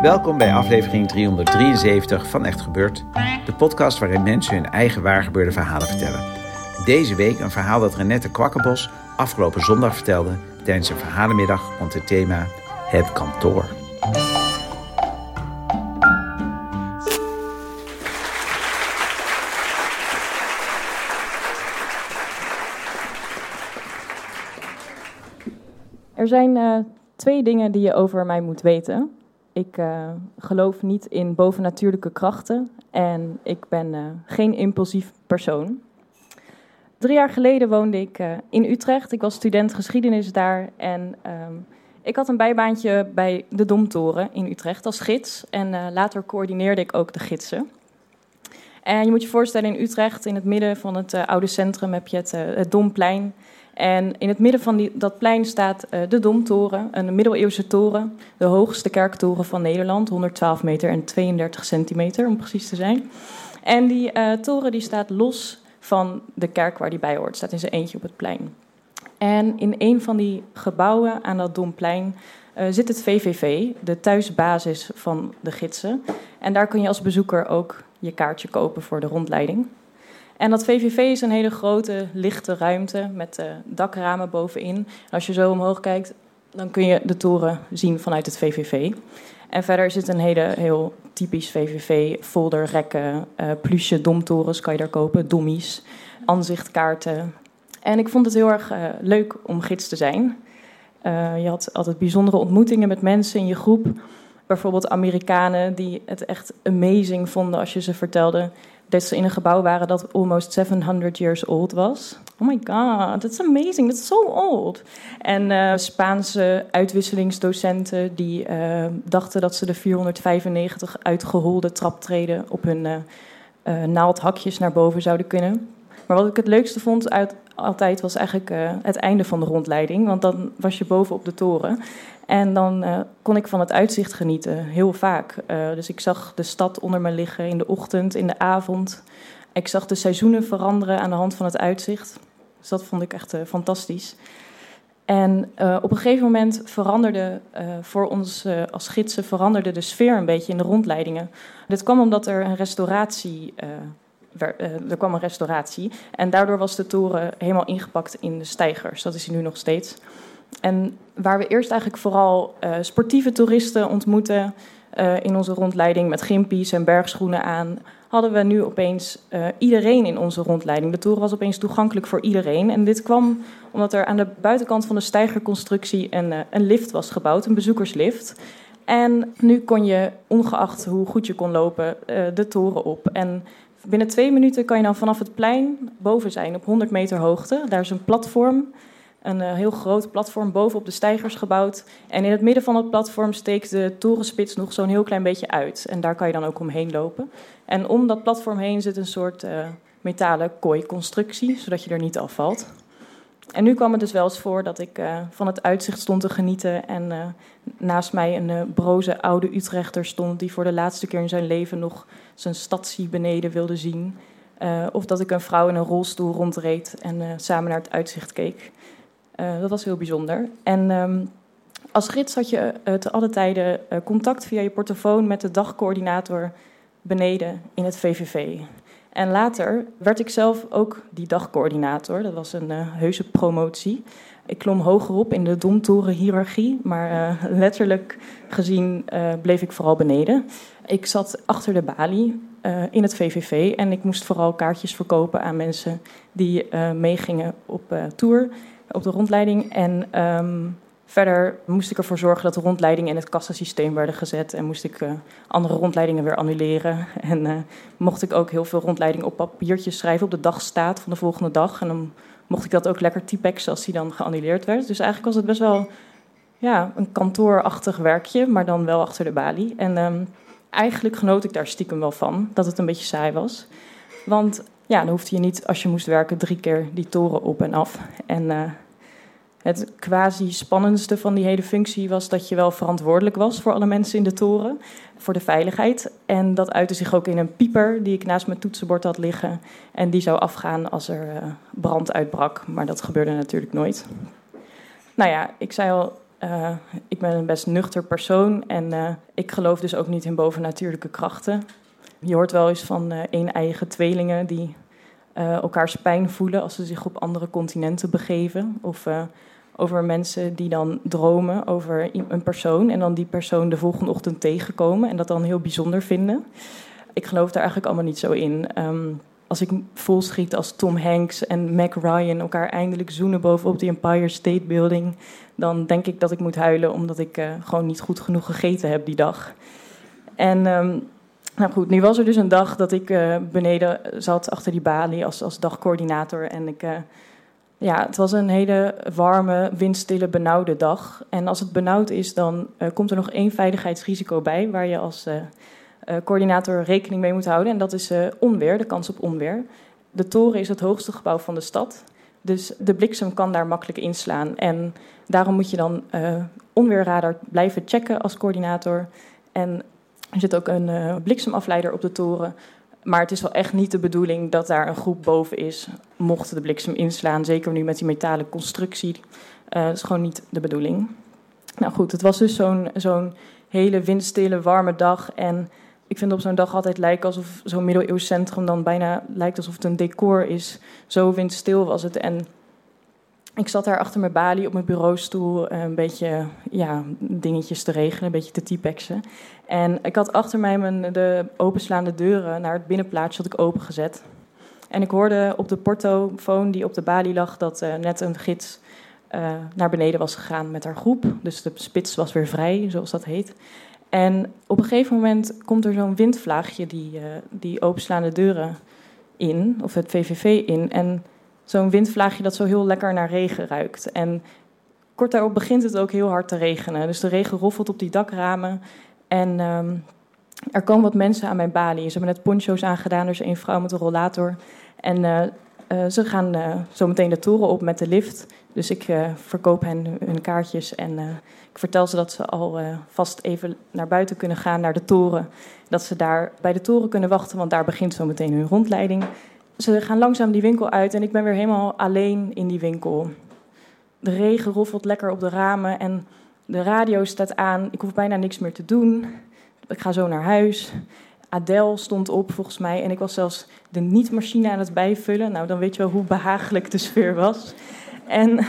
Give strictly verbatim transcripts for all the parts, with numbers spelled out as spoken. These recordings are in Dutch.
Welkom bij aflevering driehonderddrieënzeventig van Echt Gebeurd. De podcast waarin mensen hun eigen waargebeurde verhalen vertellen. Deze week een verhaal dat Renette Kwakkenbos afgelopen zondag vertelde tijdens een verhalenmiddag rond het thema Het Kantoor. Er zijn uh, twee dingen die je over mij moet weten. Ik uh, geloof niet in bovennatuurlijke krachten en ik ben uh, geen impulsief persoon. Drie jaar geleden woonde ik uh, in Utrecht. Ik was student geschiedenis daar en um, ik had een bijbaantje bij de Domtoren in Utrecht als gids. En uh, later coördineerde ik ook de gidsen. En je moet je voorstellen, in Utrecht, in het midden van het uh, oude centrum, heb je het, uh, het Domplein. En in het midden van die, dat plein staat uh, de Domtoren, een middeleeuwse toren. De hoogste kerktoren van Nederland, honderdtwaalf meter en tweeëndertig centimeter om precies te zijn. En die uh, toren die staat los van de kerk waar die bij hoort. Staat in zijn eentje op het plein. En in een van die gebouwen aan dat Domplein uh, zit het V V V, de thuisbasis van de gidsen. En daar kun je als bezoeker ook je kaartje kopen voor de rondleiding. En dat V V V is een hele grote, lichte ruimte met uh, dakramen bovenin. En als je zo omhoog kijkt, dan kun je de toren zien vanuit het V V V. En verder is het een hele, heel typisch V V V, folder, rekken, uh, pluche domtorens kan je daar kopen, dommies, aanzichtkaarten. En ik vond het heel erg uh, leuk om gids te zijn. Uh, je had altijd bijzondere ontmoetingen met mensen in je groep. Bijvoorbeeld Amerikanen die het echt amazing vonden als je ze vertelde dat ze in een gebouw waren dat almost zevenhonderd years old was. Oh my god, that's amazing, that's so old. En uh, Spaanse uitwisselingsdocenten die uh, dachten dat ze de vierhonderdvijfennegentig uitgeholde traptreden op hun uh, uh, naaldhakjes naar boven zouden kunnen. Maar wat ik het leukste vond uit, altijd was eigenlijk uh, het einde van de rondleiding. Want dan was je boven op de toren. En dan uh, kon ik van het uitzicht genieten, heel vaak. Uh, dus ik zag de stad onder me liggen in de ochtend, in de avond. Ik zag de seizoenen veranderen aan de hand van het uitzicht. Dus dat vond ik echt uh, fantastisch. En uh, op een gegeven moment veranderde uh, voor ons uh, als gidsen veranderde de sfeer een beetje in de rondleidingen. Dit kwam omdat er een restauratie... Uh, Er kwam een restauratie en daardoor was de toren helemaal ingepakt in de steigers. Dat is hij nu nog steeds. En waar we eerst eigenlijk vooral uh, sportieve toeristen ontmoetten uh, in onze rondleiding met gimpies en bergschoenen aan, hadden we nu opeens uh, iedereen in onze rondleiding. De toren was opeens toegankelijk voor iedereen. En dit kwam omdat er aan de buitenkant van de steigerconstructie een, uh, een lift was gebouwd, een bezoekerslift. En nu kon je, ongeacht hoe goed je kon lopen, uh, de toren op. En binnen twee minuten kan je dan vanaf het plein boven zijn, op honderd meter hoogte. Daar is een platform, een uh, heel groot platform bovenop de steigers gebouwd. En in het midden van het platform steekt de torenspits nog zo'n heel klein beetje uit. En daar kan je dan ook omheen lopen. En om dat platform heen zit een soort uh, metalen kooiconstructie, zodat je er niet afvalt. En nu kwam het dus wel eens voor dat ik uh, van het uitzicht stond te genieten en uh, naast mij een uh, broze oude Utrechter stond die voor de laatste keer in zijn leven nog zijn stadssie beneden wilde zien. Uh, of dat ik een vrouw in een rolstoel rondreed en uh, samen naar het uitzicht keek. Uh, dat was heel bijzonder. En um, als gids had je uh, te alle tijden uh, contact via je portofoon met de dagcoördinator beneden in het V V V. En later werd ik zelf ook die dagcoördinator. Dat was een uh, heuse promotie. Ik klom hoger op in de domtorenhiërarchie, maar uh, letterlijk gezien uh, bleef ik vooral beneden. Ik zat achter de balie uh, in het V V V en ik moest vooral kaartjes verkopen aan mensen die uh, meegingen op uh, tour, op de rondleiding. En um, verder moest ik ervoor zorgen dat de rondleidingen in het kassasysteem werden gezet en moest ik uh, andere rondleidingen weer annuleren. En uh, mocht ik ook heel veel rondleidingen op papiertjes schrijven op de dagstaat van de volgende dag. En dan mocht ik dat ook lekker typexen als die dan geannuleerd werd. Dus eigenlijk was het best wel ja, een kantoorachtig werkje, maar dan wel achter de balie. En um, eigenlijk genoot ik daar stiekem wel van, dat het een beetje saai was. Want ja, dan hoefde je niet, als je moest werken, drie keer die toren op en af. En uh, het quasi-spannendste van die hele functie was dat je wel verantwoordelijk was voor alle mensen in de toren, voor de veiligheid. En dat uitte zich ook in een pieper die ik naast mijn toetsenbord had liggen. En die zou afgaan als er uh, brand uitbrak, maar dat gebeurde natuurlijk nooit. Nou ja, ik zei al, Uh, ik ben een best nuchter persoon en uh, ik geloof dus ook niet in bovennatuurlijke krachten. Je hoort wel eens van uh, een-eiige tweelingen die uh, elkaars pijn voelen als ze zich op andere continenten begeven. Of uh, over mensen die dan dromen over een persoon en dan die persoon de volgende ochtend tegenkomen en dat dan heel bijzonder vinden. Ik geloof daar eigenlijk allemaal niet zo in. Um, als ik volschiet als Tom Hanks en Meg Ryan elkaar eindelijk zoenen bovenop de Empire State Building, dan denk ik dat ik moet huilen omdat ik uh, gewoon niet goed genoeg gegeten heb die dag. En um, nou goed, nu was er dus een dag dat ik uh, beneden zat achter die balie als, als dagcoördinator. En ik, uh, ja, het was een hele warme, windstille, benauwde dag. En als het benauwd is, dan uh, komt er nog één veiligheidsrisico bij waar je als uh, uh, coördinator rekening mee moet houden. En dat is uh, onweer, de kans op onweer. De toren is het hoogste gebouw van de stad. Dus de bliksem kan daar makkelijk inslaan. En daarom moet je dan uh, onweerradar blijven checken als coördinator. En er zit ook een uh, bliksemafleider op de toren. Maar het is wel echt niet de bedoeling dat daar een groep boven is, mocht de bliksem inslaan. Zeker nu met die metalen constructie. Uh, dat is gewoon niet de bedoeling. Nou goed, het was dus zo'n, zo'n hele windstille, warme dag. En ik vind op zo'n dag altijd lijken alsof zo'n middeleeuws centrum dan bijna lijkt alsof het een decor is. Zo windstil was het. En ik zat daar achter mijn balie op mijn bureaustoel een beetje ja, dingetjes te regelen, een beetje te typexen. En ik had achter mij mijn, de openslaande deuren naar het binnenplaatsje had ik opengezet. En ik hoorde op de portofoon die op de balie lag dat uh, net een gids uh, naar beneden was gegaan met haar groep. Dus de spits was weer vrij, zoals dat heet. En op een gegeven moment komt er zo'n windvlaagje die, uh, die openslaande deuren in, of het V V V in. En zo'n windvlaagje dat zo heel lekker naar regen ruikt. En kort daarop begint het ook heel hard te regenen. Dus de regen roffelt op die dakramen. En um, er komen wat mensen aan mijn balie. Ze hebben net poncho's aangedaan. Er is een vrouw met een rollator. En uh, uh, ze gaan uh, zo meteen de toren op met de lift. Dus ik uh, verkoop hen hun kaartjes. En uh, ik vertel ze dat ze al uh, vast even naar buiten kunnen gaan, naar de toren. Dat ze daar bij de toren kunnen wachten, want daar begint zo meteen hun rondleiding. Ze gaan langzaam die winkel uit en ik ben weer helemaal alleen in die winkel. De regen roffelt lekker op de ramen en de radio staat aan. Ik hoef bijna niks meer te doen. Ik ga zo naar huis. Adele stond op volgens mij en ik was zelfs de niet-machine aan het bijvullen. Nou, dan weet je wel hoe behagelijk de sfeer was. En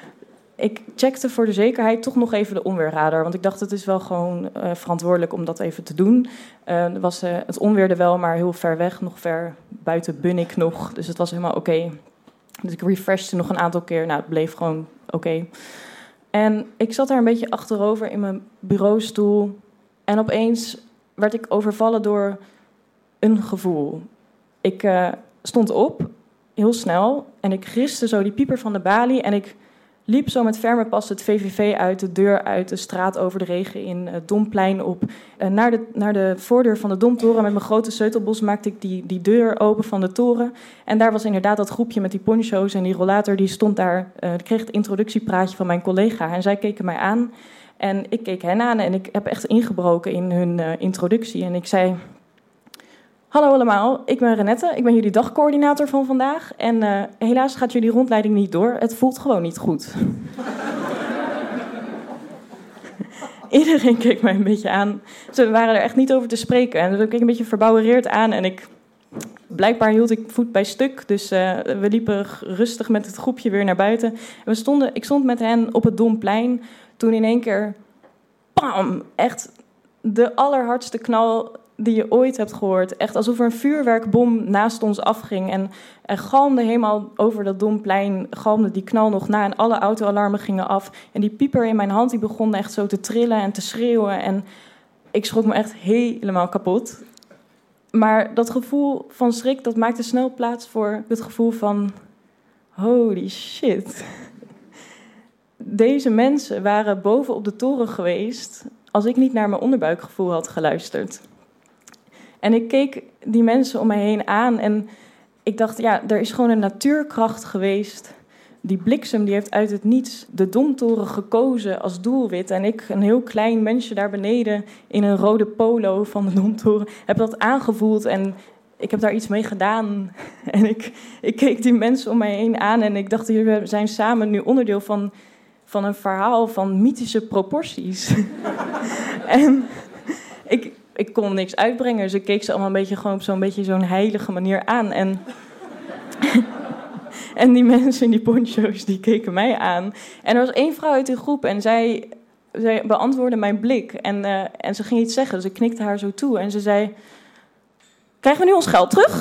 ik checkte voor de zekerheid toch nog even de onweerradar. Want ik dacht, het is wel gewoon uh, verantwoordelijk om dat even te doen. Uh, was, uh, het onweerde wel, maar heel ver weg. Nog ver buiten Bunnik nog. Dus het was helemaal oké. Okay. Dus ik refreshte nog een aantal keer. Nou, het bleef gewoon oké. Okay. En ik zat daar een beetje achterover in mijn bureaustoel. En opeens werd ik overvallen door een gevoel. Ik uh, stond op, heel snel. En ik griste zo die pieper van de balie. En ik liep zo met ferme pas het V V V uit, de deur uit, de straat over de regen in, het Domplein op. Uh, naar, de, naar de voordeur van de Domtoren. Met mijn grote sleutelbos maakte ik die, die deur open van de toren. En daar was inderdaad dat groepje met die poncho's en die rollator. Die stond daar, uh, die kreeg het introductiepraatje van mijn collega. En zij keken mij aan. En ik keek hen aan en ik heb echt ingebroken in hun uh, introductie. En ik zei: hallo allemaal, ik ben Renette, ik ben jullie dagcoördinator van vandaag. En uh, helaas gaat jullie rondleiding niet door, het voelt gewoon niet goed. Iedereen keek mij een beetje aan. Ze waren er echt niet over te spreken. En ik keek een beetje verbouwereerd aan en ik... Blijkbaar hield ik voet bij stuk, dus uh, we liepen rustig met het groepje weer naar buiten. En we stonden, ik stond met hen op het Domplein, toen in één keer, bam, echt de allerhardste knal die je ooit hebt gehoord. Echt alsof er een vuurwerkbom naast ons afging. En er galmde helemaal over dat Domplein, galmde die knal nog na en alle autoalarmen gingen af. En die pieper in mijn hand, die begon echt zo te trillen en te schreeuwen. En ik schrok me echt helemaal kapot. Maar dat gevoel van schrik, dat maakte snel plaats voor het gevoel van holy shit. Deze mensen waren boven op de toren geweest als ik niet naar mijn onderbuikgevoel had geluisterd. En ik keek die mensen om mij heen aan en ik dacht, ja, er is gewoon een natuurkracht geweest. Die bliksem die heeft uit het niets de Domtoren gekozen als doelwit. En ik, een heel klein mensje daar beneden in een rode polo van de Domtoren, heb dat aangevoeld en ik heb daar iets mee gedaan. En ik, ik keek die mensen om mij heen aan en ik dacht, jullie zijn samen nu onderdeel van, van een verhaal van mythische proporties. En ik, ik kon niks uitbrengen, dus ik keek ze allemaal een beetje gewoon op zo'n beetje zo'n heilige manier aan. En, en die mensen in die poncho's, die keken mij aan. En er was één vrouw uit de groep en zij, zij beantwoordde mijn blik. En, uh, en ze ging iets zeggen, dus ik knikte haar zo toe. En ze zei, krijgen we nu ons geld terug?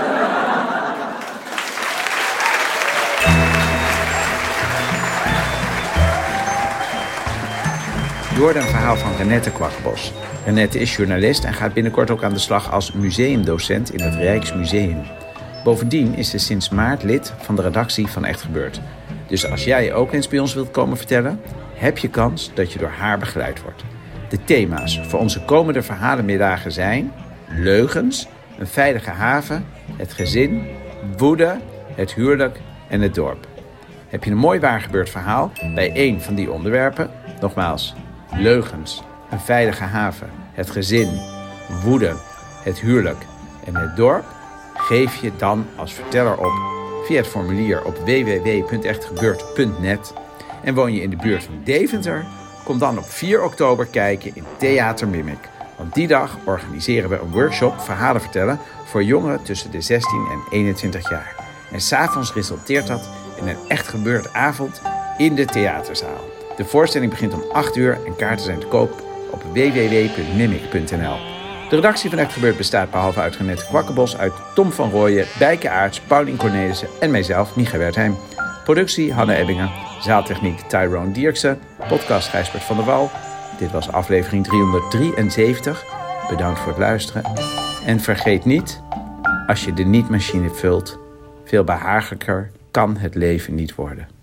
Je hoorde een verhaal van Renette Quackenbos. Renette is journalist en gaat binnenkort ook aan de slag als museumdocent in het Rijksmuseum. Bovendien is ze sinds maart lid van de redactie van Echt Gebeurd. Dus als jij ook eens bij ons wilt komen vertellen, heb je kans dat je door haar begeleid wordt. De thema's voor onze komende verhalenmiddagen zijn leugens, een veilige haven, het gezin, woede, het huwelijk en het dorp. Heb je een mooi waargebeurd verhaal bij één van die onderwerpen? Nogmaals, leugens, een veilige haven, het gezin, woede, het huwelijk en het dorp? Geef je dan als verteller op via het formulier op w w w punt echt gebeurd punt net. En woon je in de buurt van Deventer? Kom dan op vier oktober kijken in Theater Mimic. Want die dag organiseren we een workshop verhalen vertellen voor jongeren tussen de zestien en eenentwintig jaar. En 's avonds resulteert dat in een echt gebeurd avond in de theaterzaal. De voorstelling begint om acht uur en kaarten zijn te koop op w w w punt mimic punt n l. De redactie van Echt Gebeurd bestaat behalve uit Renette Quackenbos uit Tom van Rooyen, Bijke Aarts, Paulien Cornelissen en mijzelf, Micha Wertheim. Productie Hanne Ebbingen, zaaltechniek Tyrone Dierksen, podcast Gijsbert van der Wal. Dit was aflevering driehonderddrieënzeventig. Bedankt voor het luisteren. En vergeet niet, als je de niet-machine vult, veel behagelijker kan het leven niet worden.